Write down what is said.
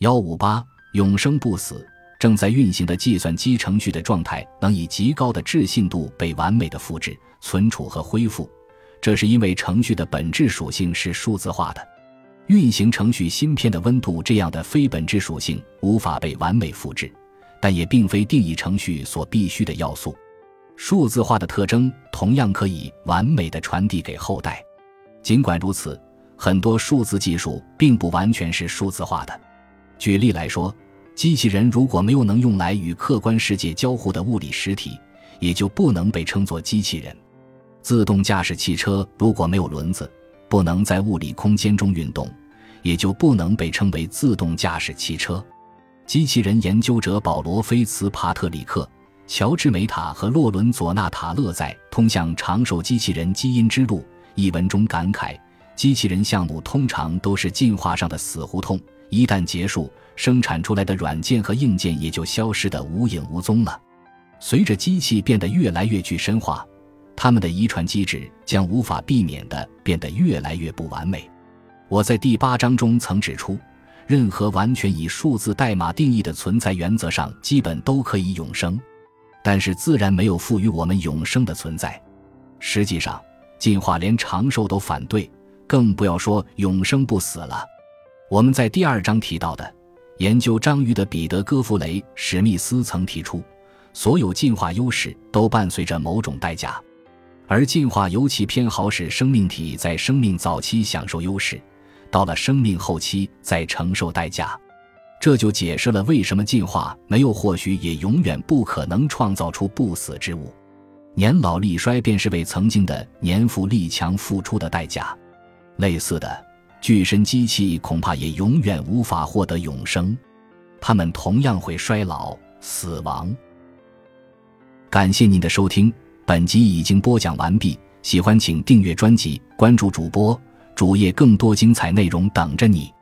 158永生不死，正在运行的计算机程序的状态能以极高的置信度被完美的复制、存储和恢复，这是因为程序的本质属性是数字化的。运行程序芯片的温度这样的非本质属性无法被完美复制，但也并非定义程序所必须的要素。数字化的特征同样可以完美地传递给后代。尽管如此，很多数字技术并不完全是数字化的。举例来说，机器人如果没有能用来与客观世界交互的物理实体，也就不能被称作机器人。自动驾驶汽车如果没有轮子，不能在物理空间中运动，也就不能被称为自动驾驶汽车。机器人研究者保罗·菲茨帕特里克、乔治·梅塔和洛伦佐·纳塔勒在《通向长寿机器人基因之路》一文中感慨，机器人项目通常都是进化上的死胡同，一旦结束，生产出来的软件和硬件也就消失得无影无踪了。随着机器变得越来越具身化，它们的遗传机制将无法避免地变得越来越不完美。我在第8章中曾指出，任何完全以数字代码定义的存在原则上基本都可以永生，但是自然没有赋予我们永生的存在。实际上，进化连长寿都反对，更不要说永生不死了。我们在第2章提到的研究章鱼的彼得·戈弗雷·史密斯曾提出，所有进化优势都伴随着某种代价，而进化尤其偏好使生命体在生命早期享受优势，到了生命后期再承受代价。这就解释了为什么进化没有或许也永远不可能创造出不死之物。年老力衰便是为曾经的年富力强付出的代价。类似的，巨身机器恐怕也永远无法获得永生，它们同样会衰老、死亡。感谢您的收听，本集已经播讲完毕，喜欢请订阅专辑，关注主播，主页更多精彩内容等着你。